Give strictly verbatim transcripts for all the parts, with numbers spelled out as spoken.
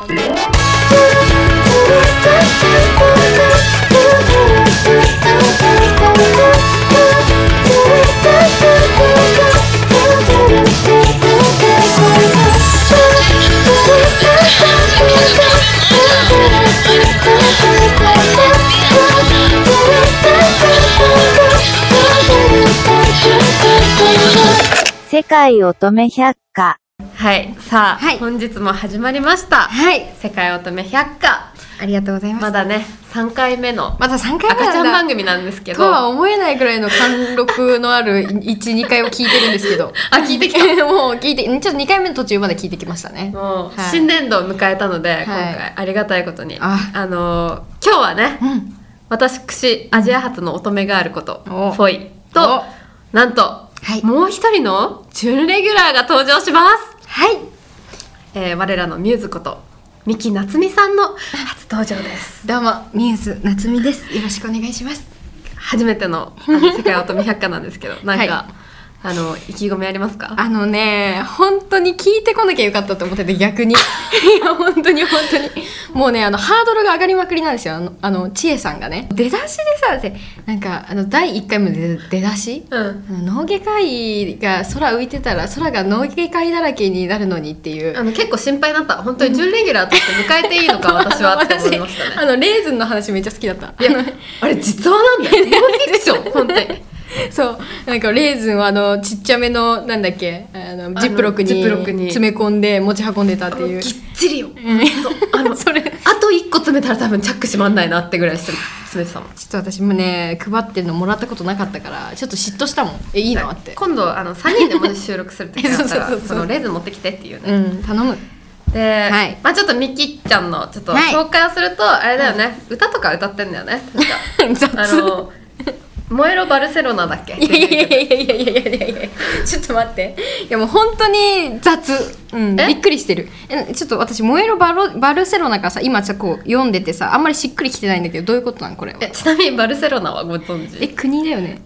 世界乙女百科。 はい、さあ、はい、本日も始まりました。 はい、 世界乙女百科。 ありがとうございます。 まだね、さんかいめのまださんかいめ赤ちゃん番組なんですけど、 とは思えないくらいの貫禄のあるいち、にかいを聞いてるんですけどあ、聞いてきたもう聞いて、ちょっとにかいめの途中まで聞いてきましたね。 もう、はい、新年度を迎えたので、はい、今回ありがたいことにああのー、今日はね、うん、私アジア初の乙女ガールことフォイとなんと、はい、もう一人の準レギュラーが登場します。 はい、 えー、我らのミューズこと三木夏美さんの初登場です。 どうもミューズ夏美です。よろしくお願いします。 初めてのあの世界乙女百科なんですけどなんか、はい、あの意気込みありますか？ あのね、本当に聞いてこなきゃよかったと思ってて、逆にいや本当に本当にもうね、あのハードルが上がりまくりなんですよ。あのあの千恵さんがね、出だしでさ、なんかあのだいいっかいも出出だし、うん、あの脳外科医が空浮いてたら空が脳外科医だらけになるのにっていう、 あの結構心配だった。本当に準レギュラーとして迎えていいのか私はって思いましたね。 あのレーズンの話めっちゃ好きだった。 いやあれ実話なんだよ。ノンフィクション本当に。 そうなんかレーズンはあのちっちゃめのなんだっけ、あのジップロックに詰め込んで持ち運んでたっていう。 ぎっちりよ、うん、あのそれあといっこ詰めたら多分チャック閉まんないなってぐらい詰めてたもん。 ちょっと私もね配ってるのもらったことなかったからちょっと嫉妬したもん。えいいなって。 今度あのさんにんでもし収録するってなったらそのレーズン持ってきてっていうね、 うん、頼む。 で、はい、まあちょっとミキちゃんのちょっと紹介をすると、はい、あれだよね、歌とか歌ってんだよね確か。あの燃えろバルセロナだっけ？ いやいやいやいやいやいやいやいやちょっと待って、いやもう本当に雑、うん、びっくりしてる。えちょっと私燃えろバル、バルセロナがさ今ちょっとこう読んでてさあんまりしっくりきてないんだけど、どういうことなんこれは。 えちなみにバルセロナはご存知？ え国だよね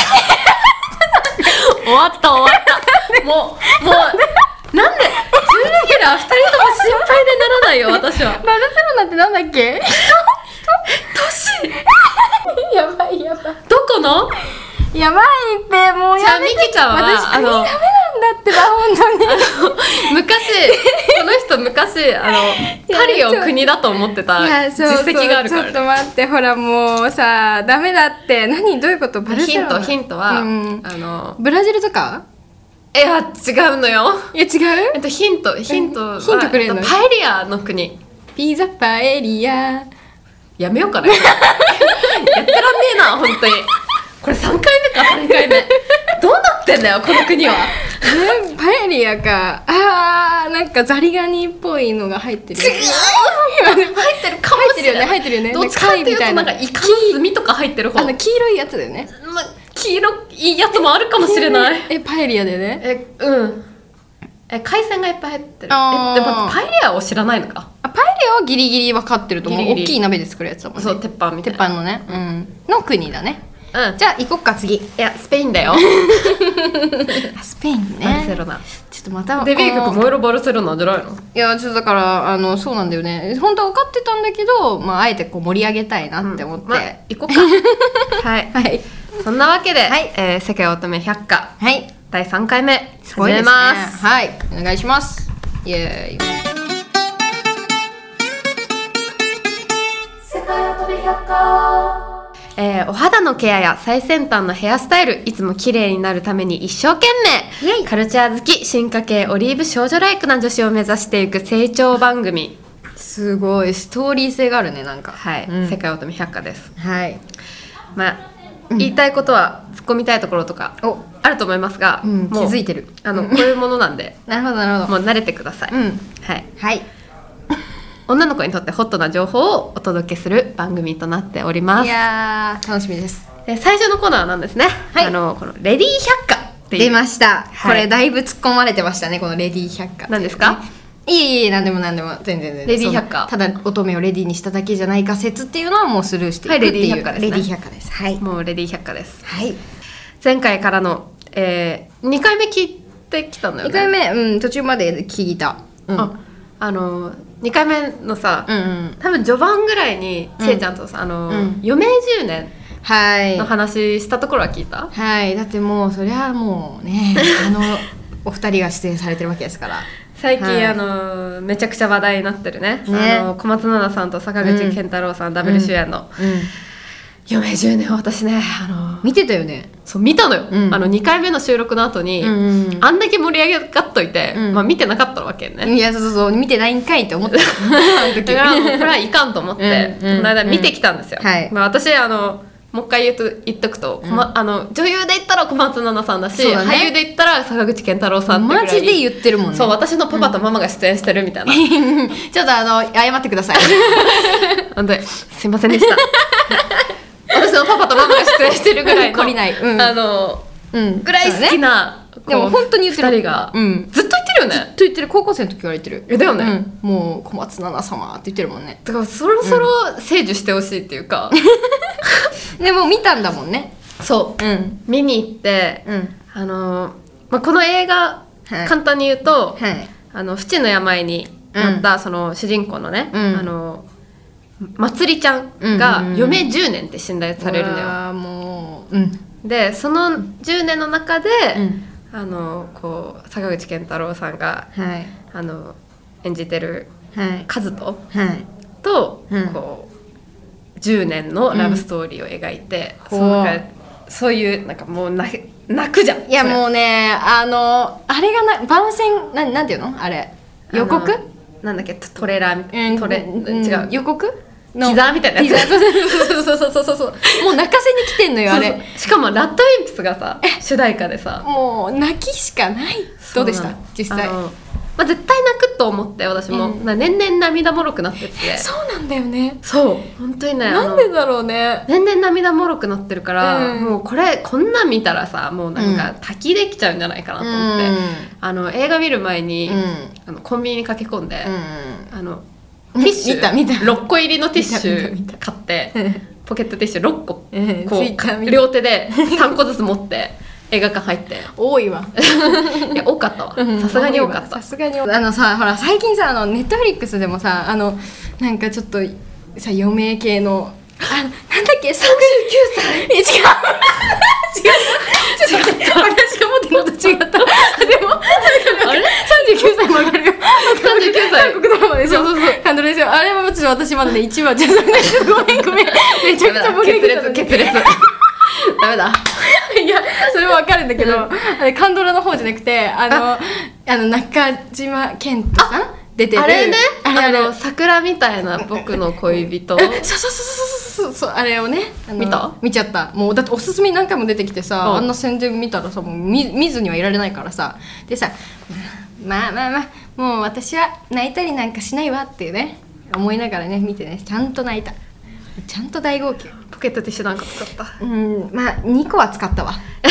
終わった終わったもうもうなんで準レギュラーふたりとも心配でならないよ私は。 バルセロナってなんだっけ？ 都市やばいやばい。 どこの？ やばいってもうやめて。 じゃあミキちゃんは私国ダメなんだってば本当に。 あの昔この人昔あのパリを国だと思ってた実績があるから、ね。 ちょっと待ってほらもうさダメだって。何どういうこと？バルセロナ。 ヒントヒントは、うん、あのブラジルとか？ いや違うのよ。 いや違う？ えっとヒントヒントはヒントくれるの？ パエリアの国。 ピザパエリア。 やめようかなやってらんねえな本当に。これさんかいめかさんかいめどうなってんだよこの国は。 パエリアか。あーなんかザリガニっぽいのが入ってる。 違う入ってるかもしれない。 入ってるよね。 どっちかっていうとなんかイカの炭とか入ってる方。 あの黄色いやつだよね、 ま、黄色いやつもあるかもしれない。 えパエリアでね。 えうんえ海鮮がいっぱい入ってる。えでもパエリアを知らないのか。 あパエリアはギリギリ分かってると思う。ギリギリ大きい鍋で作るやつだもんね。 そう鉄板みたいな鉄板のね、うん、の国だね。 うん、 じゃあ行こっか次。いやスペインだよスペインね。 バルセロナ。 ちょっとまたデビュー曲燃えろバルセロナじゃないの？ いやちょっとだからあのそうなんだよね。本当は分かってたんだけど、まあ、あえてこう盛り上げたいなって思って、うんまあ、 行こうかはい、はい、そんなわけで、はいえー、世界乙女百科、はい、だいさんかいめ始めます。 はい、お願いします。イエーイ。 世界乙女百科。えー、お肌のケアや最先端のヘアスタイル、いつも綺麗になるために一生懸命カルチャー好き進化系オリーブ少女ライクな女子を目指していく成長番組。 すごいストーリー性があるねなんか。 はい、うん、世界乙女百科です。 はいまあ、うん、言いたいことは突っ込みたいところとかあると思いますが、 うん、 もう気づいてるあのこういうものなんでなるほどなるほど。 もう慣れてください、うん、はい、 はい女の子にとってホットな情報をお届けする番組となっております。 いやー楽しみです。 で最初のコーナーなんですね、はい、あのこのレディー百科っていう出ました、はい、これだいぶ突っ込まれてましたねこのレディー百科。 何ですか？ いえいえ何でも何でも全然全然レディー百科。 ただ乙女をレディーにしただけじゃないか説っていうのはもうスルーしていくっていう、はい、レディー百科ですね。レディー百科です。はいもうレディー百科です。 はい前回からの、えー、にかいめ聞いてきたんだよね。 にかいめ、うん、途中まで聞いた、うん、 ああのにかいめのさ、うんうん、多分序盤ぐらいにちえちゃんとさ、うん、あの、うん、余命じゅうねんの話したところは聞いた？ はい、だってもうそりゃもうねあのお二人が出演されてるわけですから最近、はい、あのめちゃくちゃ話題になってる ね, ねあの小松菜奈さんと坂口健太郎さん、うん、ダブル主演の、うんうん、余命じゅうねんを私ねあの見てたよね。 そう見たのよ、うん、あのにかいめの収録の後に、うんうん、あんだけ盛り上がっといて、うんまあ、見てなかったわけね。 いやそうそうそう見てないんかいって思ってただからもうこれはいかんと思って、うんうん、この間見てきたんですよ、うんはいまあ、私あのもう一回言うと言っとくと、うん、あの女優で言ったら小松菜奈さんだし、ね、俳優で言ったら坂口健太郎さんってぐらいマジで言ってるもんね。 そう私のパパとママが出演してるみたいな、 うん、ちょっとあの謝ってください本当にすいませんでした私のパパとママが出演してるぐらいの懲りない、うん、 あの、うん、ぐらい好きな、 ね、でも本当に言ってるふたりが、うん、ずっと言ってるよね。 ずっと言ってる。高校生の時から言ってる。 えだよね、 うん、もう小松菜奈様って言ってるもんね。 だからそろそろ成就してほしいっていうか、 うん、でも見たんだもんね。 そう、うん、見に行って、うん、あのまあ、この映画、はい、簡単に言うと、はい、あの不治の病になった、うん、その主人公のね、うん、あのまつりちゃんが余命じゅうねんって診断されるのよ、うんうん、もう、うん、でそのじゅうねんの中で、うん、あのこう坂口健太郎さんが、はい、あの演じてる和人、はい、と、うん、こうじゅうねんのラブストーリーを描いて、うん、そうなんかそういうなんかもう泣くじゃん。 いやもうねあのあれがな番宣 な, なんていうのあれ予告なんだっけトレーラーみたいな、うん、トレ、うん、違う予告ティザーみたいなやつそうそうそうそうそうそうもう泣かせに来てんのよあれ。そうそうしかもラッドウィンプスがさ主題歌でさもう泣きしかない。どうでした実際？ まあ、絶対泣くと思って私も、うん、年々涙もろくなってってそうなんだよね。 そう本当にねなんでだろうね年々涙もろくなってるから、うん、もうこれこんなん見たらさもうなんか滝できちゃうんじゃないかなと思って、うん、あの映画見る前に、うん、あのコンビニに駆け込んで、うん、あのティッシュ見た見たろっこ入りのティッシュ買ってポケットティッシュろっこ、うん、こう両手でさんこずつ持って映画館入って多いわいや多かったわさすがに多かった。 さすがにあのさほら最近さあのネットフリックスでもさあのなんかちょっとさ余命系のあなんだっけさんじゅうきゅうさいえ違う違う違う違う私が持ってるのと違ったでもあれさんじゅうきゅうさいもわかるよさんじゅうきゅうさい韓国ドラマでしょ。そうそうそう感動ですよあれはもちろん私まだねいちわちょっとごめんごめんめちゃくちゃボケ決裂決裂ダメだいやそれはわかるんだけど、うん、あれカンドラの方じゃなくてあの あ, あの中島健人さん出てるあれねあれあの桜みたいな僕の恋人そうそうそうそうそうそうあれをね見た見ちゃったもうだっておすすめ何回も出てきてさ、うん、あんな宣伝見たらさもう 見, 見ずにはいられないからさでさまあまあまあもう私は泣いたりなんかしないわってね思いながらね見てねちゃんと泣いたちゃんと大号泣。 ポケットティッシュなんか使った？ うんまあにこは使ったわ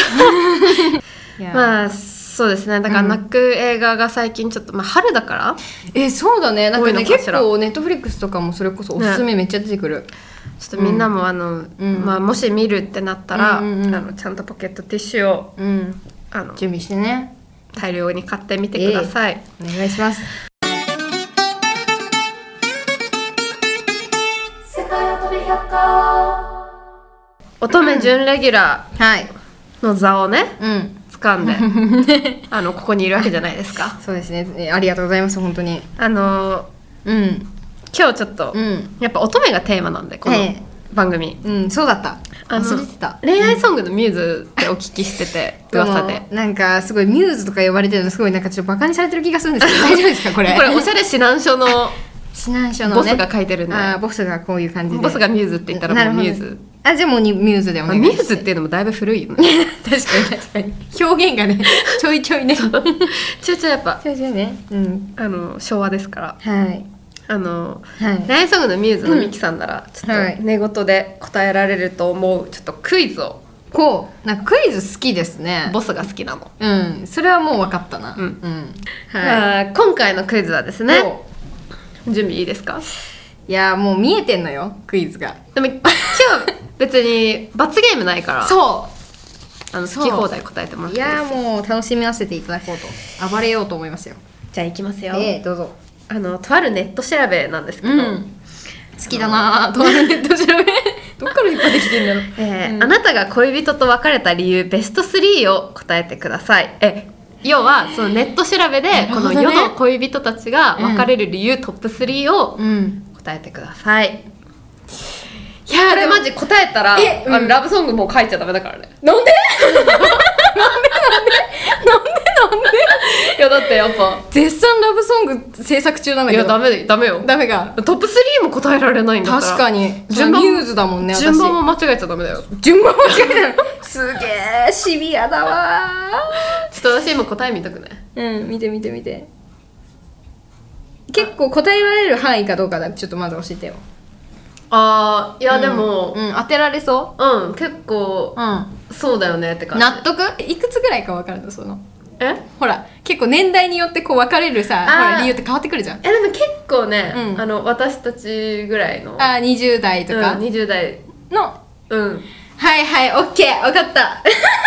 まあそうですねだから泣く映画が最近ちょっと、まあ、春だからえそうだねなんかね結構ネットフリックスとかもそれこそおすすめめっちゃ出てくる、ね、 ちょっとみんなもあの、うんまあ、もし見るってなったら、うんうんうん、あのちゃんとポケットティッシュを、うん、 あの準備してね大量に買ってみてください、 えー、お願いします。 乙女準レギュラーの座をね、うん、掴んであのここにいるわけじゃないですか。 そうですねありがとうございます本当にあの、うん、今日ちょっと、うん、やっぱ乙女がテーマなんでこの番組、 うん、そうだった忘れてた恋愛ソングのミューズってお聞きしてて、うん、噂でなんかすごいミューズとか呼ばれてるのすごいなんかちょっとバカにされてる気がするんですけど大丈夫ですかこれこれおしゃれ指南書の指南書の、 ね、ボスが書いてるんであボスがこういう感じでボスがミューズって言ったらもうミューズあじゃあもうミューズでお願いします。 ミューズっていうのもだいぶ古いよね確かに確かに表現がねちょいちょいねちょいちょいやっぱちょいちょいね、うん、 あの昭和ですからはいあの、はい、恋愛ソングのミューズのミキさんなら、うん、ちょっと寝言で答えられると思うちょっとクイズをこうなんかクイズ好きですね。 ボスが好きなのうんそれはもう分かったな、うんうんはい、今回のクイズはですね準備いいですか？ いやもう見えてんのよクイズが。 でも今日別に罰ゲームないからそうあの好き放題答えてもらっていいです。 いやもう楽しみわせていただこうと暴れようと思いますよ。 じゃあいきますよ、 えー、どうぞ。 あのとあるネット調べなんですけど、うん、 好きだなとあるネット調べどっから引っ張ってきてんだろう、 えーうん、あなたが恋人と別れた理由ベストスリーを答えてください。え要はそのネット調べで、ね、この世の恋人たちが別れる理由、うん、トップスリーを答えてください、うん、いやこれマジ答えたらえ、うん、あのラブソングもう書いちゃダメだからね。 なんでなんでなんでなんでなんでいやだってやっぱ絶賛ラブソング制作中なんだけど。 いやダメダメよ。 ダメがトップスリーも答えられないんだったら。 確かに順番ミューズだもんね。私順番も間違えちゃダメだよ。 順番間違えたすげえシビアだわ。 ちょっと私今答え見たくない？ うん見て見て見て。結構答えられる範囲かどうかだちょっとまず教えてよ。 あーいやでも、 うんうん、当てられそう。 うん結構、うん、そうだよねって感じ。 納得？いくつぐらいか分かるのそのえほら結構年代によってこう分かれるさほら理由って変わってくるじゃん。 えでも結構ね、うん、あの私たちぐらいのあにじゅう代とか、 うん、にじゅう代のうんはいはいオッケー分かった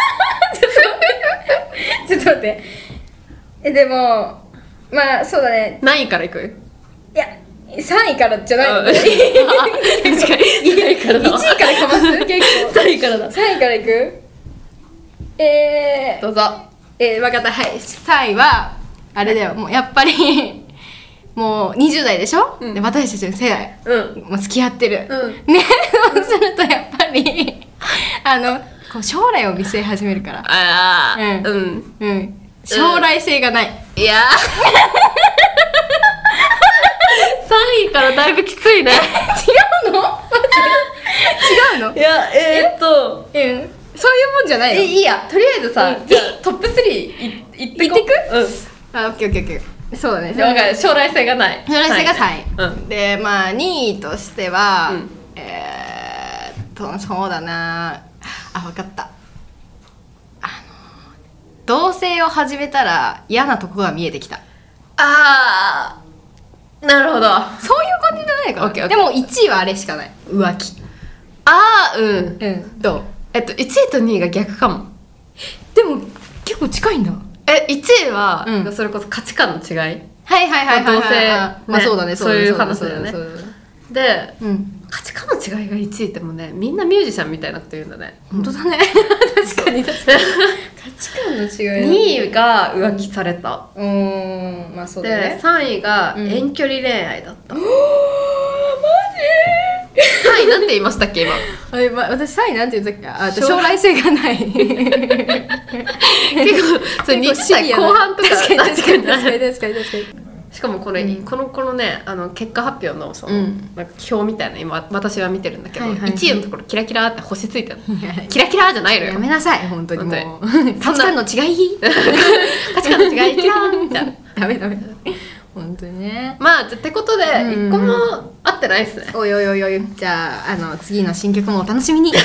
ちょっと待ってえでもまあそうだね何位からいく？ いやさんいからじゃない、うん、確かにさんいからだいちいからかます結構さんいからださんいからいくえーどうぞ。 えー、分かった。はいさんいはあれだよもうやっぱりもうにじゅう代でしょ、うん、で私たちの世代、うん、もう付き合ってる、うん、ねそうするとやっぱりあのこう将来を見据え始めるからああうんうん、うん、将来性がない、 うん、いやさんいからだいぶきついね違うの違うのいやえー、っとうんそういうもんじゃないの。 えいいやとりあえずさ、うん、じゃあトップスリーいってこいってく？うんあオッケーオッケーオッケーそうだね将来性がない将来性がさんい、 はいうん、 でまあにいとしては、うん、えー、っとそうだなあ分かったあの同棲を始めたら嫌なとこが見えてきた。 あーなるほどそういう感じじゃないかな。オッケーオッケーでもいちいはあれしかない浮気。 あーうん、 うん、どうえっといちいとにいが逆かも。 でも結構近いんだ。 えいちいは、うん、それこそ価値観の違い。はいはいはいはいはい、はい、 同性、ね、 まあそうだねそういう話だよね。で、うん、価値観の違いがいちいってもねみんなミュージシャンみたいなこと言うんだね。 本当だね確かに確かに価値観の違い。 にいが浮気された。 うーんまあそうだね。 でさんいが遠距離恋愛だった。 うん、マジさんいなんて言いましたっけ今あれ、ま、私さんいなんて言ったっけあ将来性がない結構それにじゅう代後半とか確かに確かに確かに確かに確かにしかもこれ、うん、このこのねあの結果発表のその、うん、なんか表みたいな今私は見てるんだけど、はいはいはい、いちいのところキラキラって星ついてるキラキラじゃないのよ。 やめなさい本当にもう価値観の違い価値観の違いキラーみたいなダメダメ本当にね。 まあってことで一個も合ってないですね。 おいおいおいおいじゃああの次の新曲もお楽しみに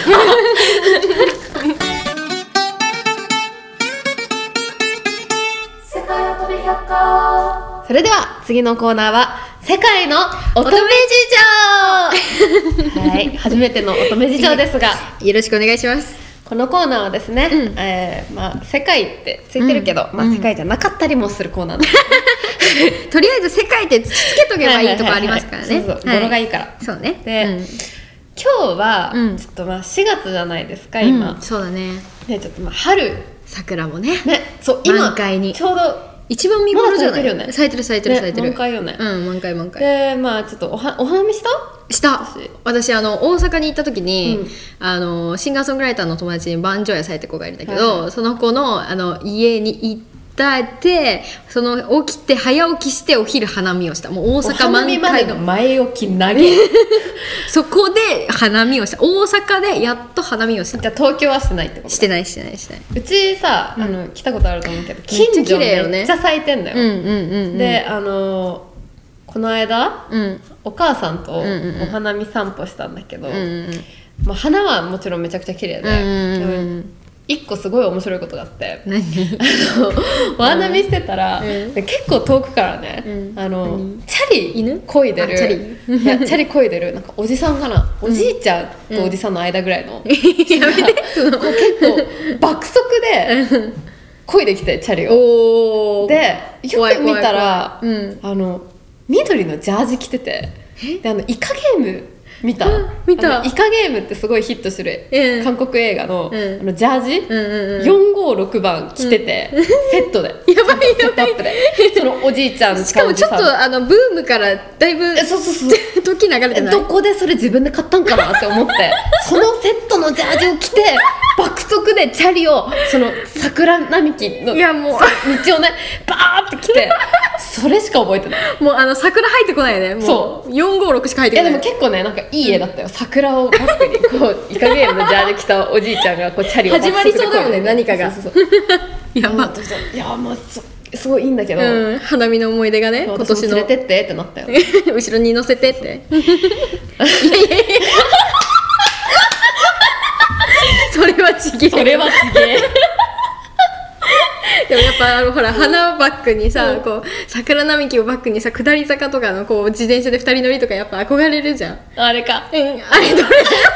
それでは次のコーナーは世界の乙女事情はい初めての乙女事情ですがよろしくお願いします。 このコーナーはですね、うんえーまあ、世界ってついてるけど、うんまあ、世界じゃなかったりもするコーナーです、 うん、とりあえず世界ってつけとけばいいとこありますからね。そうそう語呂がいいから、 そうねで、うん、今日はちょっとまあしがつじゃないですか今、 うん、そうだねねちょっとまあ春桜もねねそう今満開にちょうど一番見頃じゃない、 ま、 咲いてる咲いてる咲いてる、 ね、満開よね。 うん満開満開でまあちょっとおはお花見したした私, 私あの大阪に行った時に、うん、あのシンガーソングライターの友達にバンジョーヤさいって子がいるんだけど、はいはい、その子 の, あの家に行ってその起きて早起きしてお昼花見をした。もう大阪満開お花見までの前置き投げそこで花見をした。大阪でやっと花見をした。 じゃあ東京はしてないってこと？ してないしてないしてないうちさ、うん、あの来たことあると思うけど近所めっちゃ咲いてんだよ、 うんうんうんうん、であのこの間、うん、お母さんとお花見散歩したんだけど、うんうんまあ、花はもちろんめちゃくちゃ綺麗で、うんうんうん一個すごい面白いことがあって何あのお花見してたら、うん、結構遠くからね、うん、あのチャリ犬漕いでるチャリいやチャリ漕いでるなんかおじさんかな、うん、おじいちゃんとおじさんの間ぐらいの、うん、 やめて結構爆速で漕いできてチャリをおでよく見たらあの緑のジャージ着てて、であのイカゲーム見た、 見た。 イカゲームってすごいヒットする、うん、韓国映画 の,、うん、あのジャージ、 うんうんうん、 よんごろくばん着てて、うん、セットでやばいやばいそのおじいちゃんしかもちょっとあのブームからだいぶそうそうそう時流れてない。 どこでそれ自分で買ったんかなって思ってそのセットのジャージを着て爆速でチャリをその桜並木のいやもう道をねバーって来てそれしか覚えてない。 もうあの桜入ってこないよね。もうそうよんごろくしか入ってこない。 いやでも結構ねなんかいい絵だったよ、うん、桜をバックにこうイカゲームのジャージ着たおじいちゃんがこうチャリを始まりそうだよね何かが。 そうそうそうやばいやまあすごいいいんだけど、 うん、花見の思い出がね今年の連れてってってなったよ後ろに乗せてっていやいやいやそれはちげえそれはちげえでもやっぱあのほら花をバックにさ、うん、こう桜並木をバックにさ下り坂とかのこう自転車でふたり乗りとかやっぱ憧れるじゃん。 あれか、 うん、あれどれ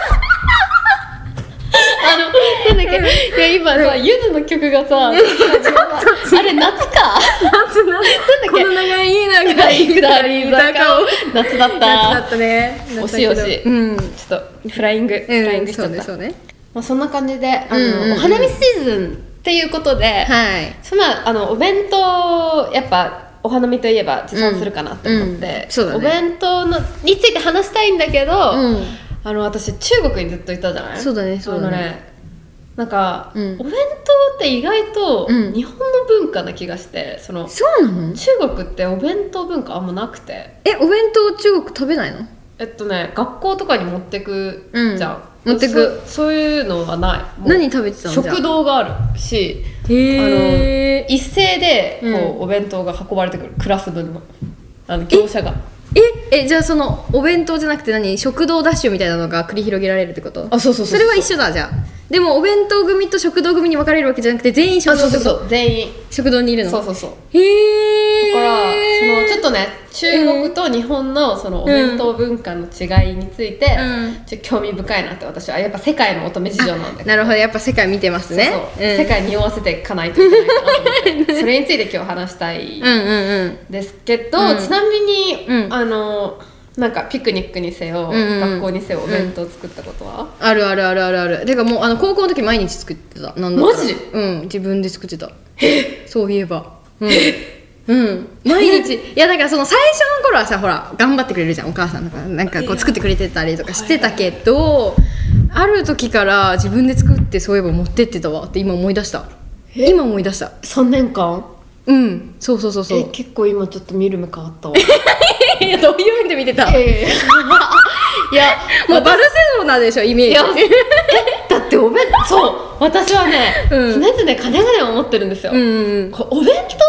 あのなんだっけ、いや今さゆずの曲がさあれ夏か夏なんだっけ、この長い長い下り坂を夏だった夏だったね。 惜しい惜しい、うん、ちょっとフライング、うん、フライングしちゃった。 そうね、 まあ、そんな感じであの、うんうんうん、お花見シーズンっていうことで、はい、そのあのお弁当やっぱお花見といえば持参するかなって思って、うんうんね、お弁当のについて話したいんだけど、うんあの私中国にずっといたじゃない。 そうだねそうだね。 あのねなんか、うん、お弁当って意外と日本の文化な気がして、そのそうなの？ 中国ってお弁当文化あんまなくて。 えお弁当中国食べないの？ えっとね学校とかに持ってくじゃん、 うん、持ってくそ, そういうのはない。 何食べてたの？ 食堂があるし、 へあの一斉でこう、うん、お弁当が運ばれてくるクラス分のあの業者が。 ええじゃあそのお弁当じゃなくて何食堂ダッシュみたいなのが繰り広げられるってこと？ あそうそうそうそう。 それは一緒だ。じゃあでもお弁当組と食堂組に分かれるわけじゃなくて全員食堂ってこと？ あそうそうそう全員食堂にいるの？ そうそうそう。 へえ。 だからそのちょっとね中国と日本のそのお弁当文化の違いについて、うん、ちょっと興味深いなって私はやっぱ世界の乙女事情なんだけど。 なるほどやっぱ世界見てますね。 そうそう、うん、世界に匂わせていかないといけないかなと思ってそれについて今日話したいですけど、うんうんうん、ちなみに、うん、あのなんかピクニックにせよ、うんうん、学校にせよお弁当作ったことは、 うん、あるあるあるあるある。てかもうあの高校の時毎日作ってた。なんだマジ？ うん自分で作ってた。そういえばうんうん、毎日いやだからその最初の頃はさほら頑張ってくれるじゃんお母さんとかなんかこう作ってくれてたりとかしてたけど、ある時から自分で作ってそういえば持ってってたわって今思い出した。今思い出した。 さんねんかんうんそうそうそうそう。 え結構今ちょっと見る目変わったわいやどういう目で見てた？ えー、いやもうバルセロナでしょイメージ。 えだってお弁そう私はね、うん、常々かねがね思ってるんですよ、うんうん、こうお弁当って、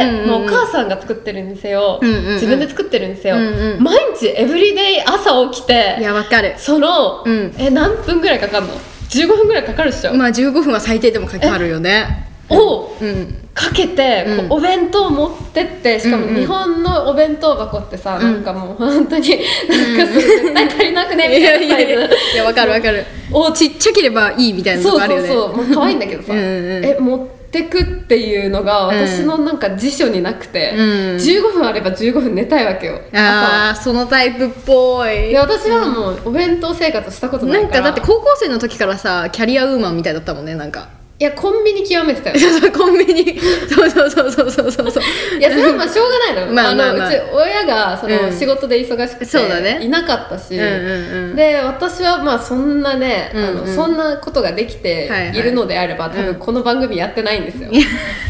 うんうん、もうお母さんが作ってるんですよ、うんうんうん、自分で作ってるんですよ、うんうん、毎日エブリデイ朝起きていやわかるその、うん、え何分ぐらいかかるの？じゅうごふんぐらいかかるっしょ。 まあじゅうごふんは最低でもかかるよねを、うん、かけて、うん、こうお弁当持ってってしかも日本のお弁当箱ってさ、うん、なんかもう本当になんかそれ絶対足りなくねみたいなサイズ。いやいやいやわかるわかる。おちっちゃければいいみたいなのがあるよね。 そうそうそうもう可愛いんだけどさうん、うん、え持ってくっていうのが私のなんか辞書になくて、うん、じゅうごふんあればじゅうごふん寝たいわけよ。 ああそのタイプっぽい。 いや私はもうお弁当生活したことないから。 なんかだって高校生の時からさキャリアウーマンみたいだったもんねなんか。 いやコンビニ極めてたよそうそうコンビニそうそうそうそうそうそうそういやそれはまあしょうがないのまあまあ、まあ、 うち親がその仕事で忙しくて、 そうだね、 いなかったし、 うんうんうん、 で私はまあそんなね、うんうん、あのそんなことができているのであれば、はいはい、多分この番組やってないんですよ、うん、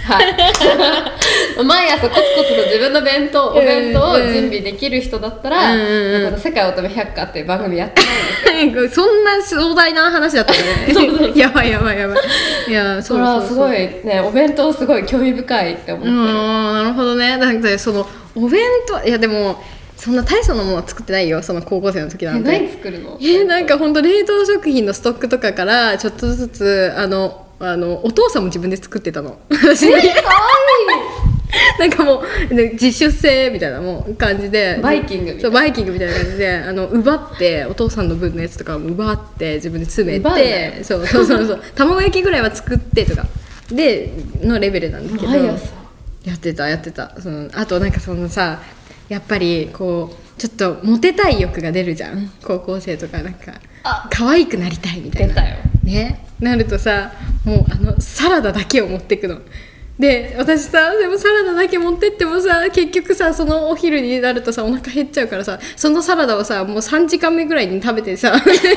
はい毎朝コツコツと自分の弁当お弁当を準備できる人だったら、うんうん、だから世界乙女百科っていう番組やってないんですよそんな壮大な話だったねそうそうそうやばいやばいやばいいやそうそうそうすごいねお弁当すごい興味深いって思ってる。うんなるほどね。だってそのお弁当いやでもそんな大層なものは作ってないよその高校生の時なんて。 え何作るの？ えなんか本当冷凍食品のストックとかからちょっとずつあのあのお父さんも自分で作ってたの。 えー、かわいいなんかもう自主性みたいなもう感じでバイキングみたいなそうバイキングみたいな感じであの奪ってお父さんの分のやつとかも奪って自分で詰めてそうそうそうそう卵焼きぐらいは作ってとかでのレベルなんですけどやってたやってたそのあとなんかそのさやっぱりこうちょっとモテたい欲が出るじゃん、高校生とか。なんか可愛くなりたいみたいな、 出たよね、なるとさ、もうあのサラダだけを持ってくので、私さ、でもサラダだけ持ってってもさ、結局さ、そのお昼になるとさ、お腹減っちゃうからさ、そのサラダをさ、もうさんじかんめぐらいに食べてさ早弁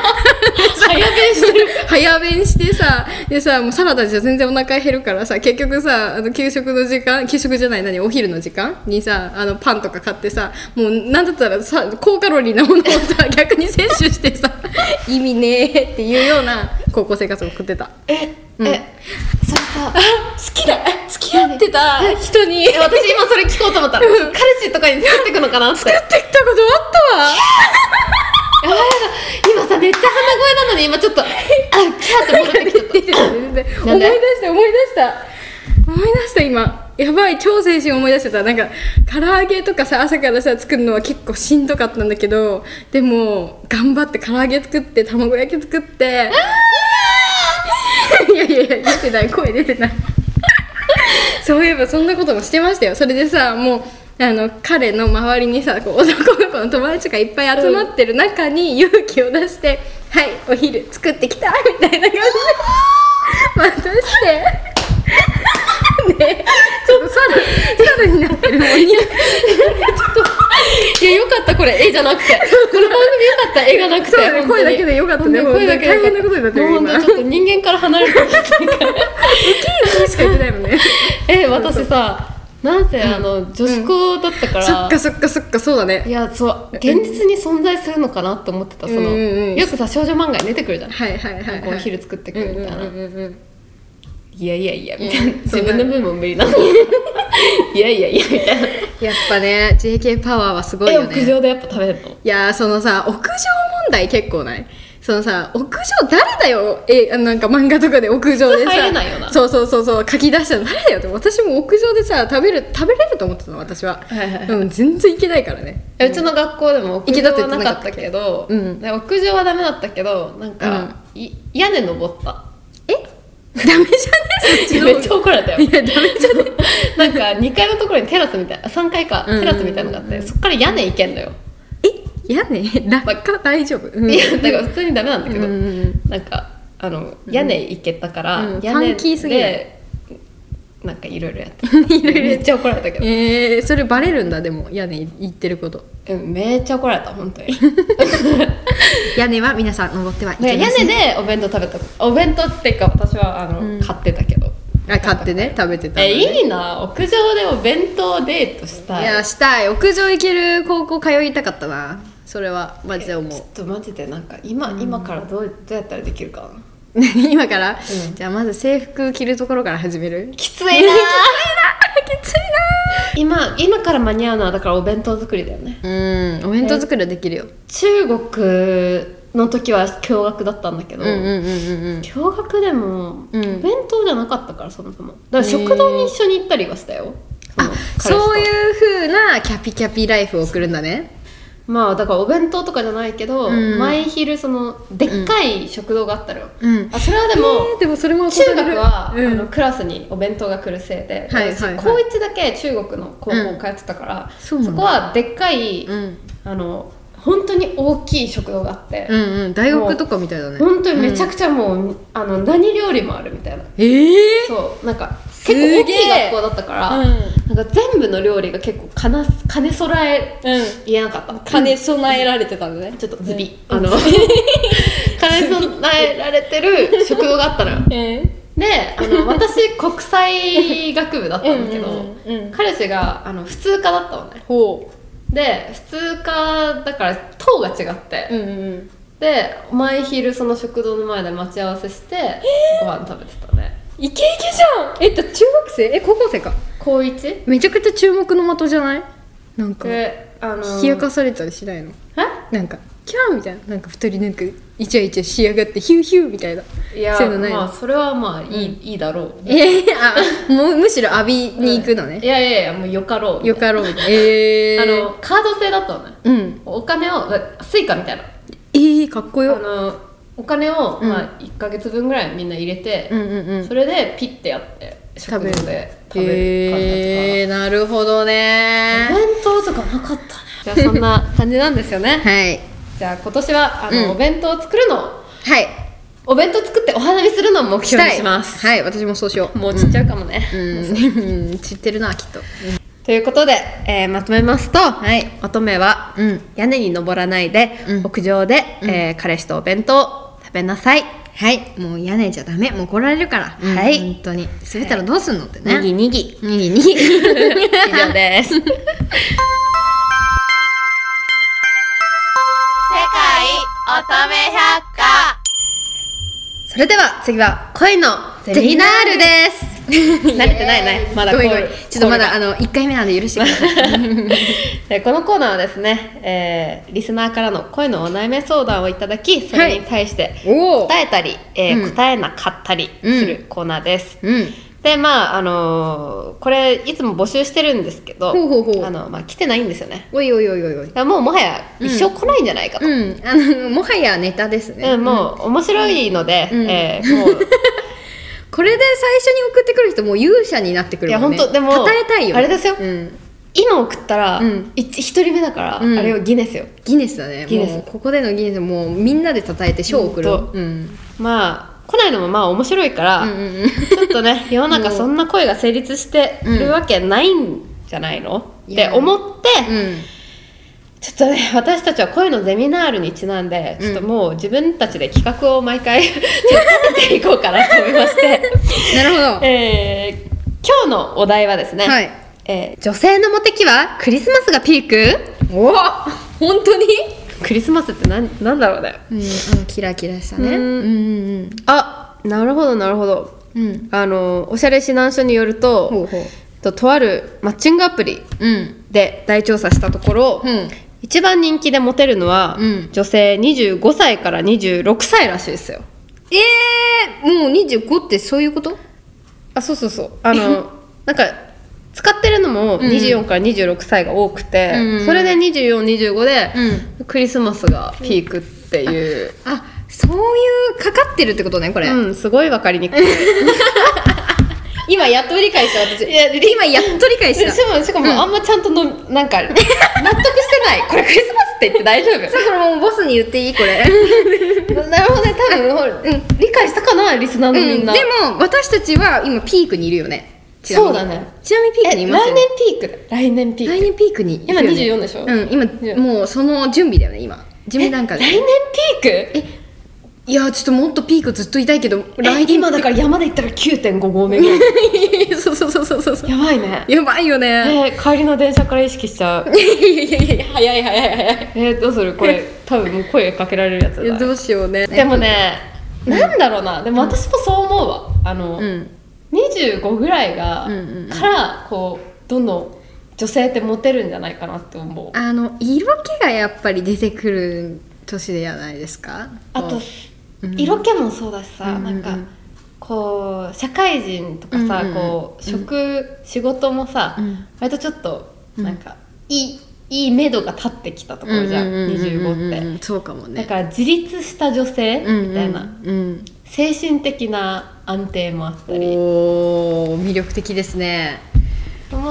してる早弁してさ、でさ、もうサラダじゃ全然お腹減るからさ、結局さ、あの給食の時間、給食じゃない、何、お昼の時間にさ、あのパンとか買ってさ、もうなんだったらさ、高カロリーなものをさ逆に摂取してさ意味ねーっていうような高校生活を送ってた。 え、うん、え、それさ、好きだ、 付き合ってた人に、 え、私今それ聞こうと思ったら彼氏とかに作ってくのかなって。 作ってきたことあったわやばいやばい、今さめっちゃ鼻声なのに今ちょっとあキャーって戻ってきちゃった思い出した思い出した思い出した思い出した今やばい、超青春思い出してた。なんか唐揚げとかさ、朝からさ作るのは結構しんどかったんだけど、でも頑張って唐揚げ作って卵焼き作っていやいやいや、出てない、声出てないそういえばそんなこともしてましたよ。それでさ、もうあの彼の周りにさ、こう男の子の友達がいっぱい集まってる中に勇気を出して、うん、はいお昼作ってきたみたいな感じで渡してね、ちょっと猿猿になってるもんにちょっといや、よかったこれ絵じゃなくて、この番組よかった絵がなくて、 そうね、声だけでよかったね。 声だけで大変なことになってる今。もうちょっと人間から離れるかもしれないからウキウキしか言ってないもんねえ、私さ、なんせ、うん、あの女子校だったから、うん、 そっかそっかそっか、そうだね。 いや、そう現実に存在するのかなって思ってた。その、うんうんうん、よくさ少女漫画に出てくるじゃん、はいはいはい、はい、こう昼作ってくるみたいな、うんうんうんうん、いやいやいやみたいな、うん、自分の分も無理なのにいやいやいやみたいな。 やっぱね ジェーケー パワーはすごいよね。 え、屋上でやっぱ食べるの？ いや、そのさ、屋上問題結構ない？そのさ、屋上誰だよ、え、なんか漫画とかで屋上でさ入れないよな。 そうそうそうそう、書き出したの誰だよって。私も屋上でさ食べる食べれると思ってたの、私は、はいはいはい、うん、全然行けないからね。 うちの学校でも屋上はなかったけど、うん、屋上はダメだったけど、なんか、うん、い屋根登った。 えダメじゃねそっちのめっちゃ怒られたよ。 いやダメじゃねなんかにかいのところにテラスみたいな、さんかいかテラスみたいなのがあって、うんうんうん、そっから屋根行けんのよ。 屋根落下大丈夫、うん、 いやだから普通にダメなんだけど、うんうん、なんかあの屋根行けたから、うん、屋根でなんかいろいろやってめっちゃ怒られたけど、 えー、それバレるんだ。でも屋根行ってること、 うん、めっちゃ怒られた本当に屋根は皆さん登ってはいけません。 屋根でお弁当食べた。お弁当っていうか私はあの、うん、買ってたけど、 あ、買ってね食べてた、ね、 え、いいな、屋上でお弁当デートしたい。 いやしたい。屋上行ける高校通いたかったな。それはマジで思う。 ちょっとマジでなんか 今,、うん、今からどう、どうやったらできるかな今から、うん、じゃあまず制服着るところから始める。 きついなきついなきついな今, 今から間に合うのはだからお弁当作りだよね。 うん、お弁当作りはできるよ。 中国の時は共学だったんだけど、うんうんうんうん、共学でもお弁当じゃなかったからそもそも。だから食堂に一緒に行ったりはしたよ。 そあ、そういう風なキャピキャピライフを送るんだね。 まあだからお弁当とかじゃないけど、うん、毎昼そのでっかい食堂があったのよ、うん、あそれはでも、 えー、でもそれも中学は、うん、あのクラスにお弁当が来るせいで、はいはいはい、高いちだけ中国の高校通ってたから、うん、そ, そこはでっかい、うん、あの本当に大きい食堂があって、 うんうん、大学とかみたいだね。 本当にめちゃくちゃもう、うん、あの何料理もあるみたいな。 えー、 そうなんか結構大きい学校だったから、うん、なんか全部の料理が結構かな兼ね備え、うん、言えなかった。 兼ね備えられてたんだね。 ちょっとズビ、うん、あの兼ね備えられてる食堂があったのよ、えー、であの私国際学部だったんだけどうん、うん、彼氏があの普通科だったのね。ほうで普通科だから棟が違って、うんうん、で毎昼その食堂の前で待ち合わせしてご飯食べてたね。 イケイケじゃん。えっと中学生え高校生か。 高いちめちゃくちゃ注目の的じゃない。なんかあのー、 冷やかされたりしないの。えなんかキャーみたいな、なんかふたりなんかイチャイチャしやがってヒューヒューみたいな。 いやそういうのないの。まあそれはまあいい、うん、いいだろう。 えー、あもうむしろ浴びに行くのね、 うん、いやいやいやもうよかろうよかろうみたいな。えー、 あのカード制だったのね、うん、お金をスイカみたいな。 えー、かっこよ。 あのお金を、うんまあ、いっかげつぶんぐらいみんな入れて、うんうんうん、それでピッてやって食堂で食べる感じだったかな。 へー、なるほどね。 お弁当とかなかったね。じゃあそんな感じなんですよね。 はい。 じゃあ今年はあの、うん、お弁当を作るのを、 はい、 お弁当作ってお花見するのを目標にします。 はい、私もそうしよう。 もうちっちゃうかもね。 うん、知ってるなきっと。 ということで、えー、まとめますと、 はい、 乙女は、うん、屋根に登らないで、うん、屋上で、うんえー、彼氏とお弁当を食べなさい。 はい、もう屋根じゃダメ、もう怒られるから。 はい、 本当に滑ったらどうすんのってね。 にぎにぎにぎにぎ以上です世界乙女百科。それでは次は恋のゼミナールです慣れてないね、まだこうちょっとまだあのいっかいめなんで許してくださいこのコーナーはですね、えー、リスナーからの恋のお悩み相談をいただき、それに対して答えたり、はいえーうん、答えなかったりするコーナーです、 うんうんでまああのー、これいつも募集してるんですけど、 ほうほうほうあの、まあ、来てないんですよね。 おいおいおいおいおい、 もうもはや一生来ないんじゃないかと、 うんうん、あのもはやネタですね、 うん、もう面白いので、 うんえー、もうこれで最初に送ってくる人もう勇者になってくるもんね。 いや本当でも称えたいよ、 あれですよ、 うん、 今送ったら、 うん、 一人目だから、うん、あれはギネスよ。 ギネスだね。 ギネス。 もうここでのギネスもうみんなで称えて賞を送る、うん、 まあ来ないのもまあ面白いから、うんうんうん、ちょっとね世の中そんな声が成立してるわけないんじゃないの、うん、って思って、うん、ちょっとね私たちは恋のゼミナールにちなんで、うん、ちょっともう自分たちで企画を毎回立てていこうかなと思いましてなるほど、 えー、今日のお題はですね、 はいえー、女性のモテ期はクリスマスがピーク。 お本当にクリスマスって何なんだろうね、 うん、キラキラしたね、うんうんうん、 あなるほどなるほど、 うん、 あのおしゃれ指南書によると、 ほうほうと、とあるマッチングアプリで大調査したところ、 うん、 一番人気でモテるのは、 うん、 女性にじゅうごさいからにじゅうろくさいらしいですよ。 えー、もうにじゅうごってそういうこと？ あ、そうそうそう、あのなんか使ってるのもにじゅうよんからにじゅうろくさいが多くて、うん、それでにじゅうよん、にじゅうごで、うん、クリスマスがピークっていう、 あ, あそういうかかってるってことねこれ。 うん、すごい分かりにくい今やっと理解した私。いや今やっと理解した。 しかもしかもあんまちゃんとのなんか納得してないこれクリスマスって言って大丈夫？ さあこれもうボスに言っていいこれなるほどね、多分、うん、理解したかなリスナーのみんな、 うん、でも私たちは今ピークにいるよね。 そうだね。 ちなみにピークにいますよね。 来年ピーク来年ピーク来年ピークにいるよね。 今にじゅうよんでしょ。 うん今もうその準備だよね今準備段階で。 来年ピーク？ えいやちょっともっとピークずっといたいけど来年今だから山で行ったら きゅうてんご 合目ぐらいそうそうそうそうそうやばいねやばいよね、 えー、帰りの電車から意識しちゃういやいやいや早い早い早いえー、どうするこれ多分もう声かけられるやつだ。 どうしようね。 でもね、うん、なんだろうなでも私もそう思うわあの、うん、にじゅうごぐらいが、うんうんうん、からこうどんどん女性ってモテるんじゃないかなって思う。 あの色気がやっぱり出てくる年じゃないですか。 あと色気もそうだしさ、うん、なんかこう社会人とかさ、うんうん、こう職、うん、仕事もさ、うん、割とちょっとなんか、うん、いいいい目処が立ってきたところじゃん、うんうんうんうん、にじゅうごって。 そうかもね。 だから自立した女性みたいな、 うんうんうん、 精神的な安定もあったり。 おー魅力的ですねと思って、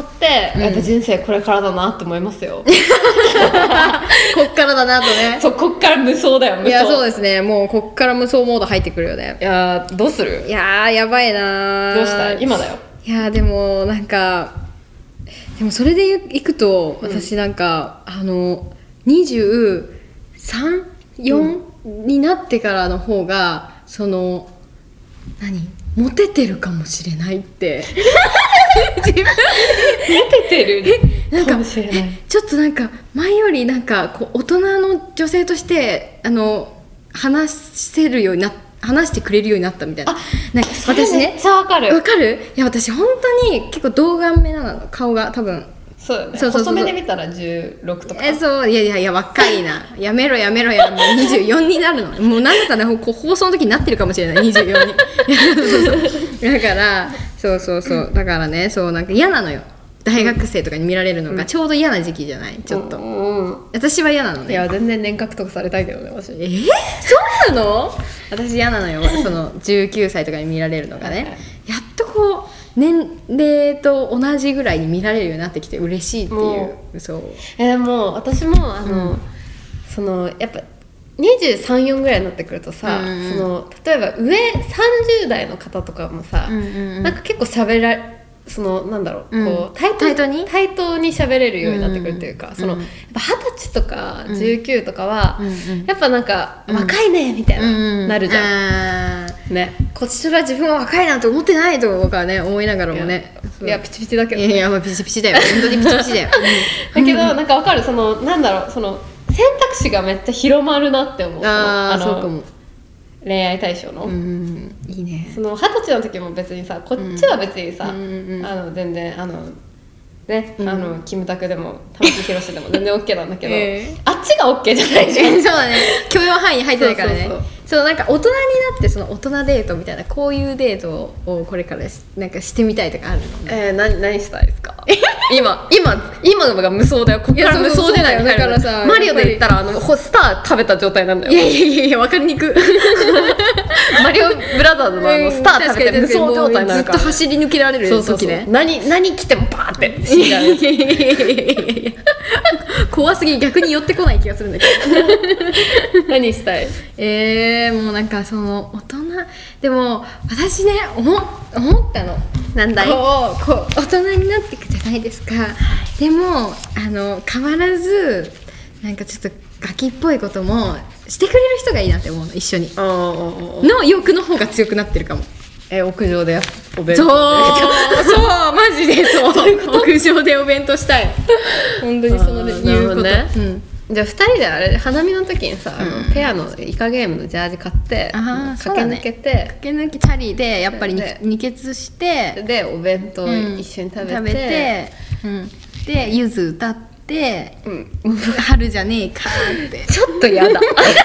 うん、やっぱ人生これからだなって思いますよこっからだなとね。 そうこっから無双だよ無双。 いやそうですねもうこっから無双モード入ってくるよね。 いやどうする？ いややばいな。 どうしたい今だよ。いやでもなんかでもそれでいくと私なんか、うん、あのにじゅうさん、よん、うん、になってからの方がその何モテてるかもしれないって自分モテてるかもしれない。 ちょっとなんか前よりなんかこう大人の女性としてあの話せるようにな話してくれるようになったみたいな。 あなんか私ねめっちゃわかるわかる。いや私本当に結構童顔目なの顔が多分。 そうだね。そうそうそう細めで見たらじゅうろくとか。 えそういやいやいや若いなやめろやめろやもうにじゅうよんになるのもうなんだったら、ね、放送の時になってるかもしれないにじゅうよんにそうそうだからそうそうそうだからねそうなんか嫌なのよ大学生とかに見られるのがちょうど嫌な時期じゃないちょっと、うんうん、私は嫌なのね。 いや全然年賀とかされたいけどね私。 えー、そうなの？私嫌なのよそのじゅうきゅうさいとかに見られるのがねやっとこう年齢と同じぐらいに見られるようになってきて嬉しいっていうそうえー、もう私もあの、うん、そのやっぱにじゅうさん、よんぐらいになってくるとさ、うんうん、その例えば上さんじゅう代の方とかもさ、うんうんうん、なんか結構喋られそのなんだろう、うん、こう対等、対等に対等に喋れるようになってくるというか、うん、そのやっぱはたちとかじゅうきゅうとかは、うん、やっぱなんか、うん、若いねみたいな、うん、なるじゃん、うん、ね、 こっちは自分は若いなんて思ってないとかね思いながらもね、 いや、いやピチピチだけど、ね、 いやいや、まあ、ピチピチだよ本当にピチピチだよだけどなんかわかる、そのなんだろう、その選択肢がめっちゃ広まるなって思う。 ああ、そうかも。 恋愛対象の、うん、 いいね。 その二十歳の時も別にさ、こっちは別にさ、うん、あの全然あのね、うん、あのキムタクでも玉木宏でも全然 OK なんだけど、えー、あっちが OK じゃないじゃんそうだね、許容範囲に入ってないからね。そうそうそう、そうなんか大人になってその大人デートみたいな、こういうデートをこれからなんかしてみたいとかあるの？ えー、何何したいですか今今今が無双だよ。ここから無双でないよ。だからさ、マリオで言ったらあのスター食べた状態なんだよ。 いやいやいやいや、分かりにくマリオブラザーズのあのスター食べて無双状態になるから、 ずっと走り抜けられる時ね。そうそうそう、 何何来てもバーって死んじゃう。いやいやいやいや怖すぎ、逆に寄ってこない気がするんだけど何したい？ えー、もうなんかその大人でも私ね思, 思ったの。 なんだい？ こうこう大人になっていくじゃないですか。でもあの変わらずなんかちょっとガキっぽいこともしてくれる人がいいなって思うの、一緒にの欲の方が強くなってるかも。 え、屋上でお弁当で。 そうそうマジでそうそういう屋上でお弁当したい本当にそので言うことね、うん、 じゃあふたりであれ花見の時にさ、うん、あのペアのイカゲームのジャージ買って駆け抜けて、ね、 駆け抜けチャリでやっぱり二血してでお弁当一緒に食べて、うん、食べて、 うん、でゆず歌って、うん、春じゃねえかってちょっとやだ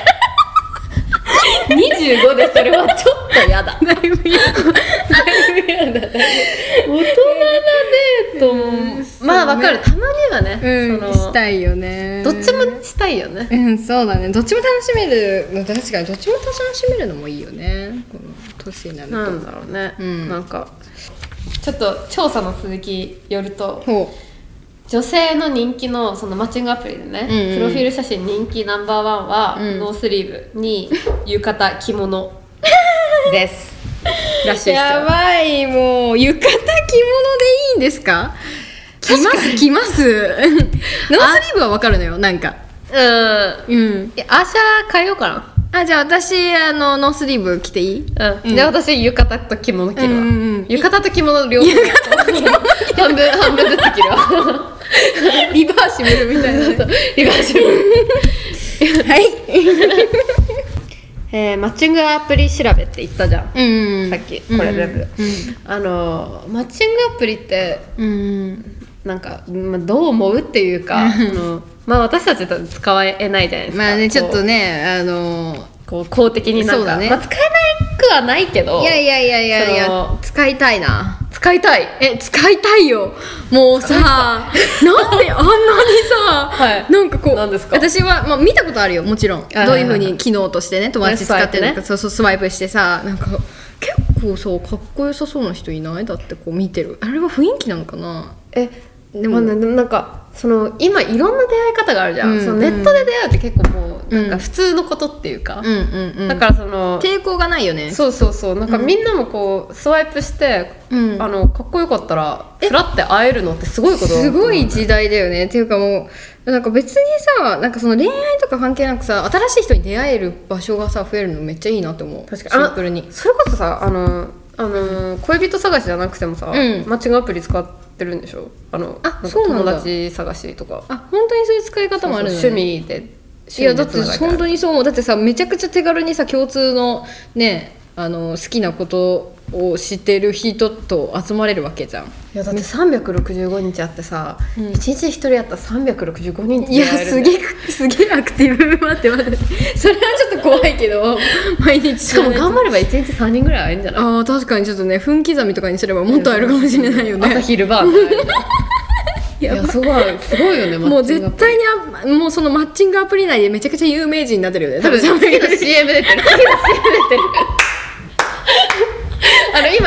にじゅうごでそれはちょっとやだだいぶやだだいぶやだ大人なデートも、うん、まあわかる、たまにはね、 うん、そのしたいよね。 どっちもしたいよね。 うん、そうだね、どっちも楽しめる、確かにどっちも楽しめるのもいいよね、この年になると。 なんだろうね、うん、なんかちょっと調査の続きよると、女性の人気 の, そのマッチングアプリでね、うんうん、プロフィール写真人気ナンバーワンは、うん、ノースリーブに浴衣着物ですらしいですよ。 やばい、もう浴衣着物でいいんですか？着ます着ますノースリーブは分かるのよ、なんかうん、うん、アーシャー変えようかな。 あ、じゃあ私あのノースリーブ着ていい？うん、 うん、じゃあ私浴衣と着物着るわ、うんうん、浴衣と着物両方半分半分ずつ着るわリバーシブルみたいなリバーシブルはいえー、マッチングアプリ調べって言ったじゃん、うんうん、さっきこれ全部、うんうん、あのマッチングアプリって、うん、なんか、まあ、どう思うっていうか、あのまあ、私たちと使えないじゃないですか。 まあね、ちょっとね、あのこう公的になんか、ね、まあ、使えなくはないけど、 いやいやいやいやいや使いたいな。 使いたい。 え、使いたいよ。もうさ、なんであんなにさ、はい、なんかこう、 何ですか？ 私は、まあ、見たことあるよ、もちろん。どういう風に機能としてね、友達使ってるのか、ね、そうそうスワイプしてさ、なんか結構そうかっこよさそうな人いない？だってこう見てる。あれは雰囲気なのかな？ え、でも、まあ、なんかその今いろんな出会い方があるじゃん、うんうん、そのネットで出会うって結構もうなんか普通のことっていうか、うんうんうん、だからその抵抗がないよね。 そうそうそう、なんかみんなもこうスワイプして、うん、あのかっこよかったらフラって会えるのってすごいことだ、ね、 すごい時代だよね。っていうかもうなんか別にさ、なんかその恋愛とか関係なくさ、新しい人に出会える場所がさ増えるのめっちゃいいなって思う。 確かにシンプルに。それこそさ、あのあの恋人探しじゃなくてもさ、うん、マッチングアプリ使ってるんでしょ？あのあ、なんか友達探しとか。 あ、本当にそういう使い方もあるのね。 そうそう、趣味で。 いやだって本当にそう。だってさ、めちゃくちゃ手軽にさ、共通のね、あの好きなことを知ってる人と集まれるわけじゃん。 いやだってさんびゃくろくじゅうごにちあってさ、うん、いちにちひとりやったらさんびゃくろくじゅうごにんって出会えるんだよ。いやすげえすげえアクティブ待って待ってそれはちょっと怖いけど毎日しかも頑張ればいちにちさんにんぐらい会えるんじゃない？ ああ確かにちょっとね、分刻みとかにすればもっと会えるかもしれないよね。 朝昼晩いやすごいすごいよね。 もう絶対にあもうそのマッチングアプリ内でめちゃくちゃ有名人になってるよね。 多分次の シーエム 出てる次の シーエム 出てるあの今な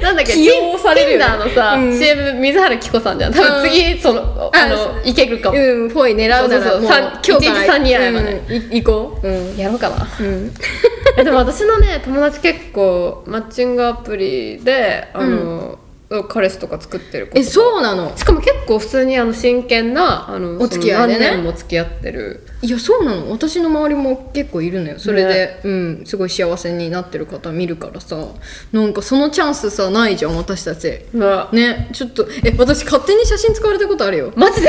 なんだっけ、 起用されるよね Tinder のさ、うん、シーエム 水原希子さんじゃん。多分次、うん、そのあのいけるかも。 うん、ぽい狙うならそうそうそう、今日からさんにん会えばね、 うん、い行こう、うん、 やろうかな、うん、えでも私のね友達結構マッチングアプリであの、うん、彼氏とか作ってる子とか。 え、そうなの。 しかも結構普通にあの真剣なあのお付き合いでね、 何年も付き合ってる。 いや、そうなの。私の周りも結構いるのよ。それで、ね、うんすごい幸せになってる方見るからさ、なんかそのチャンスさないじゃん私たち、うん、ね。ちょっとえ私勝手に写真使われたことあるよ、 マジで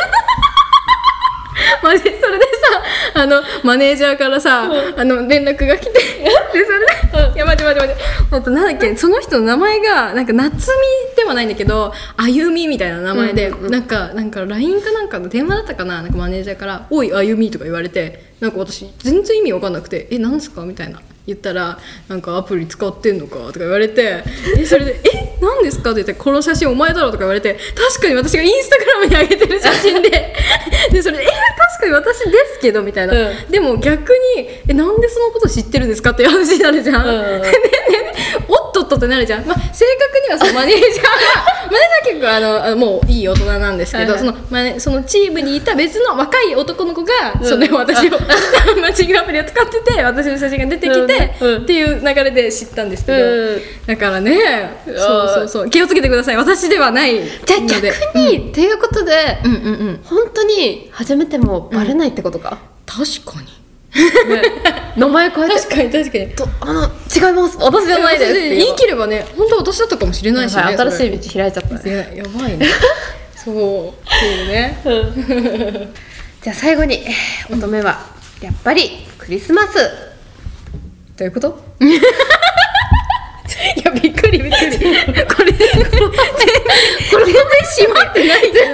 マジそれでさ、あのマネージャーからさ、うん、あの連絡が来てでそれで、うん、いや待って待って待ってあとなんだっけ、その人の名前がなんか夏美ではないんだけどあゆみみたいな名前で、うんうんうん、なんかなんか ライン かなんかの電話だったかな、なんかマネージャーからおいあゆみとか言われて、なんか私全然意味わかんなくてえなんですかみたいな言ったら、なんかアプリ使ってんのかとか言われて、えそれでえ何ですかって言って、この写真お前だろとか言われて、確かに私がインスタグラムに上げてる写真ででそれでえ確かに私ですけどみたいな、うん、でも逆にえなんでそのこと知ってるんですかっていう話になるじゃん、うん、でねおっとっとってなるじゃん、まあ、正確にはそのマネージャーがマネージャーは結構あのもういい大人なんですけど、はいはい、そのマネそのチームにいた別の若い男の子が、うん、それを私をマッチングアプリを使ってて私の写真が出てきて、うんうん、っていう流れで知ったんですけど、うん、だからねそうそうそう気をつけてください、私ではないので。 じゃあ逆に、うん、っていうことで、 うんうんうん、 本当に初めてもバレないってことか、 うん、確かにね、名前変えて確かに確かにとあの違います私じゃないですって言い切ればね本当は私だったかもしれないしね、 はい、新しい道開いちゃったね、 やばいねそうそうね、うん、 じゃあ最後に乙女はやっぱりクリスマスどういうこといやびっくりびっくりこれこれ全然閉まってない全然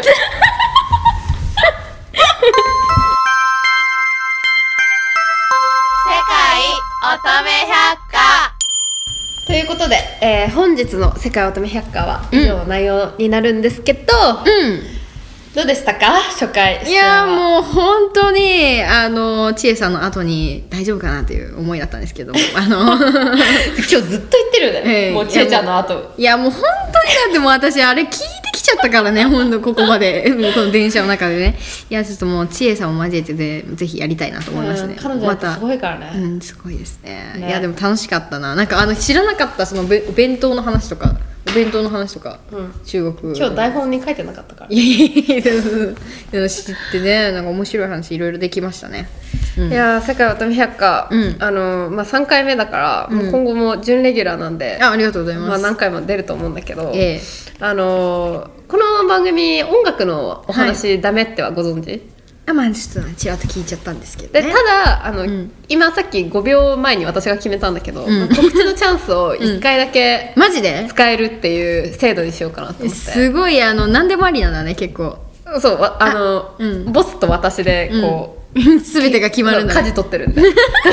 乙女百科ということで、えー、本日の世界乙女百科は以上の内容になるんですけど、 うん、 どうでしたか初回。 いやもう本当にあの千恵さんの後に大丈夫かなという思いだったんですけどあの今日ずっと言ってるよね、えー、もう千恵ちゃんの後。 いやもう本当にだってもう私あれ聞いてきちゃったからね本当ここまでこの電車の中でね。いやちょっともう千恵さんを交えてでぜひやりたいなと思いましたね、 うん、彼女はすごいからね、 ま、うんすごいです ね, ねいやでも楽しかったな。なんかあの知らなかったそのお弁当の話とかお弁当の話とか、うん、中国今日台本に書いてなかったからいやいやいや知ってねなんか面白い話いろいろできましたね、 うん、いや世界乙女百科、うん、あのまあ、さんかいめだから、うん、もう今後も準レギュラーなんであ, ありがとうございます、 まあ、何回も出ると思うんだけど、 ええ、 あのこの番組音楽のお話、はい、ダメってはご存知？ あまあちょっとちらっと聞いちゃったんですけど、ね、 でただあの、うん、今さっきごびょうまえに私が決めたんだけど、うん、告知のチャンスをいっかいだけ、 うん、マジで使えるっていう制度にしようかなと思って。 すごいあの何でもありなんだね結構。 そうあのあ、うん、ボスと私でこう、 うん、全てが決まるんだ、 ね、舵取ってるんで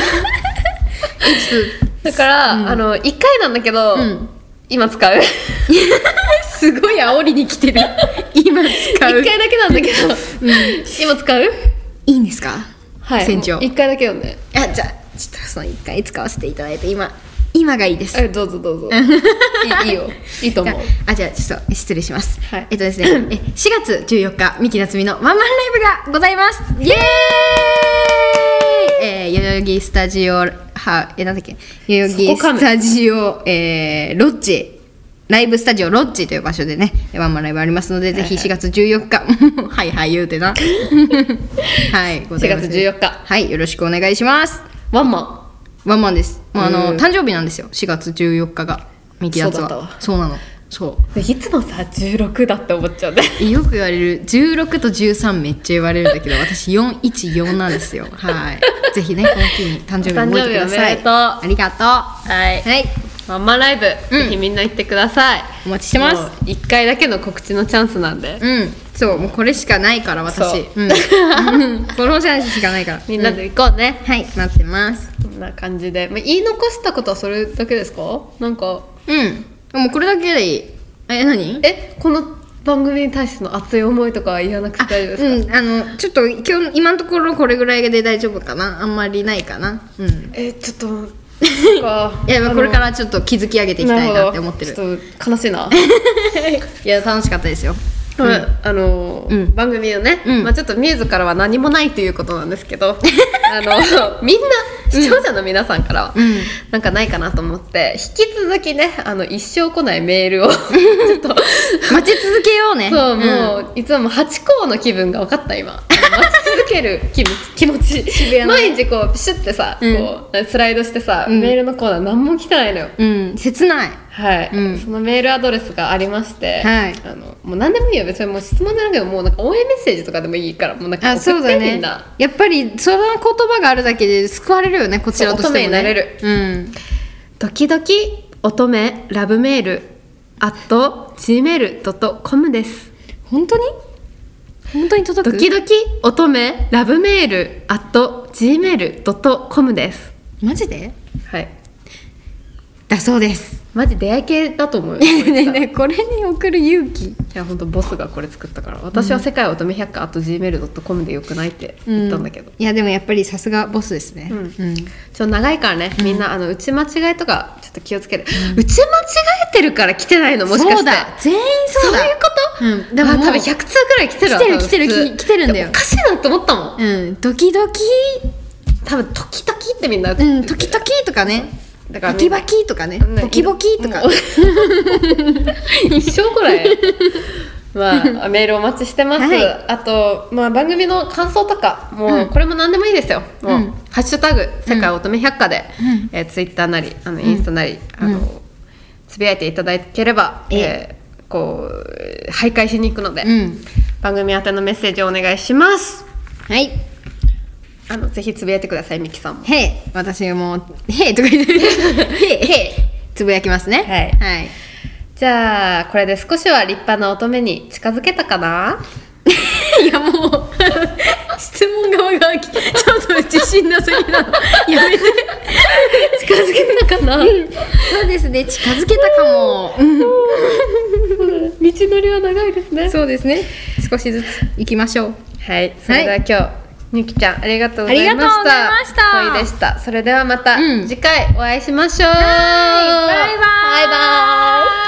だから、うん、あのいっかいなんだけど、うん、今使うすごい煽りに来てる今使ういっかいだけなんだけど、うん、今使う？ いいんですか？ はい船長いっかいだけよね。 あじゃあちょっとそのいっかい使わせていただいて今今がいいです。 えどうぞどうぞいい, いいよいいと思う。 あじゃあちょっと失礼します、 はい、 えっとですねえしがつじゅうよっか三木夏美のワンマンライブがございます。イエーイ、えー、代々木スタジオはえなんだっけ代々木スタジオ、えー、ロッジライブスタジオロッジという場所でねワンマンライブありますので、はいはい、ぜひしがつじゅうよっかはいはい言うてなはいございます、 しがつじゅうよっかはいよろしくお願いします。 ワンマンワンマンです。まあ、あの誕生日なんですよしがつじゅうよっかがミキナツは。 そうだったわ。 そうなのそういつもさじゅうろくだって思っちゃうねよく言われるじゅうろくとじゅうさんめっちゃ言われるんだけど私よんいちよんなんですよはいぜひねこの日に誕生日覚えてください。ありがとう。 はい、 はいワンマンライブ、うん、ぜひみんな行ってください。 お待ちしてます。 いっかいだけの告知のチャンスなんで。 うんそうもうこれしかないから私う、うん、このチャンスしかないからみんなで行こうね、 うん、はい待ってます。 こんな感じで、まあ、言い残したことはそれだけですか？なんかうんもうこれだけでいい。え何えこの番組に対しての熱い思いとかは言わなくて大丈夫ですか？あ、うん、あのちょっと今日今のところこれぐらいで大丈夫かな。あんまりないかな、うん、 えちょっといやこれからちょっと築き上げていきたいなって思ってる。 ちょっと悲しいいや楽しかったですよ。 うん、あの、うん、番組のね、うんまあ、ちょっとミューズからは何もないということなんですけどあのみんな視聴者の皆さんからは、うん、なんかないかなと思って引き続きねあの一生来ないメールをちょっと待ち続けようね。 そう、うん、もういつもハチ公の気分が分かった今待ち続ける気気持ち毎日こうピシュってさ、うん、こうスライドしてさ、うん、メールのコーナー何も来てないのよ、 うん、切ない。 はい、うん、そのメールアドレスがありまして、はい、あのもう何でもいいよ別にもう質問じゃなくてもうなんか応援メッセージとかでもいいからもうなんか送って、ね、みんなやっぱりその言葉があるだけで救われるよねこちらとしてもね。 乙女になれる、うん、ドキドキ乙女ラブメールアット ジーメールドットコム です。 本当に本当に届く？ ドキドキ乙女ラブメールアット ジーメールドットコム です。 マジで？ はいだそうです。 マジ出会い系だと思うよねえねえこれに送る勇気。いや本当ボスがこれ作ったから私は世界乙女百科 アット ジーメールドットコム でよくないって言ったんだけど、うん、 いやでもやっぱりさすがボスですね、うんうん、 ちょっと長いからねみんな、うん、あの打ち間違いとかちょっと気をつけて、うん、打ち間違えてるから来てないのもしかして。 そうだ全員そうだそういうこと、うん、だから多分ひゃくつうくらい来てるわ。 来てる来てる来てるんだよ。 おかしいなって思ったもん、 うん、ドキドキ多分トキトキってみんな、 うん、トキトキとかねだからバキバキとかねボキボキとか一生くらいまあメールお待ちしてます、はい、あと、まあ、番組の感想とかもうこれも何でもいいですよ、うん、もうハッシュタグ世界乙女百科で、うんえー、ツイッターなりあのインスタなり、うん、あのつぶやいていただければ、うんえー、こう徘徊しに行くので、うん、番組宛てのメッセージをお願いします。 はいあのぜひつぶやいてください。ミキさんもへい私もへいとか言ってへいへいつぶやきますね。 はい、はい、じゃあこれで少しは立派な乙女に近づけたかな。 いやもう質問側がちょっと自信なすぎなのやめて近づけたかな、うん、 そうですね近づけたかも道のりは長いですね。 そうですね少しずつ行きましょう。 はいそれでは今日、はいみきちゃんありがとうございました。 ありがとうございました。 恋でした。それではまた次回お会いしましょう。 うん、バイバイ。 バイバイ。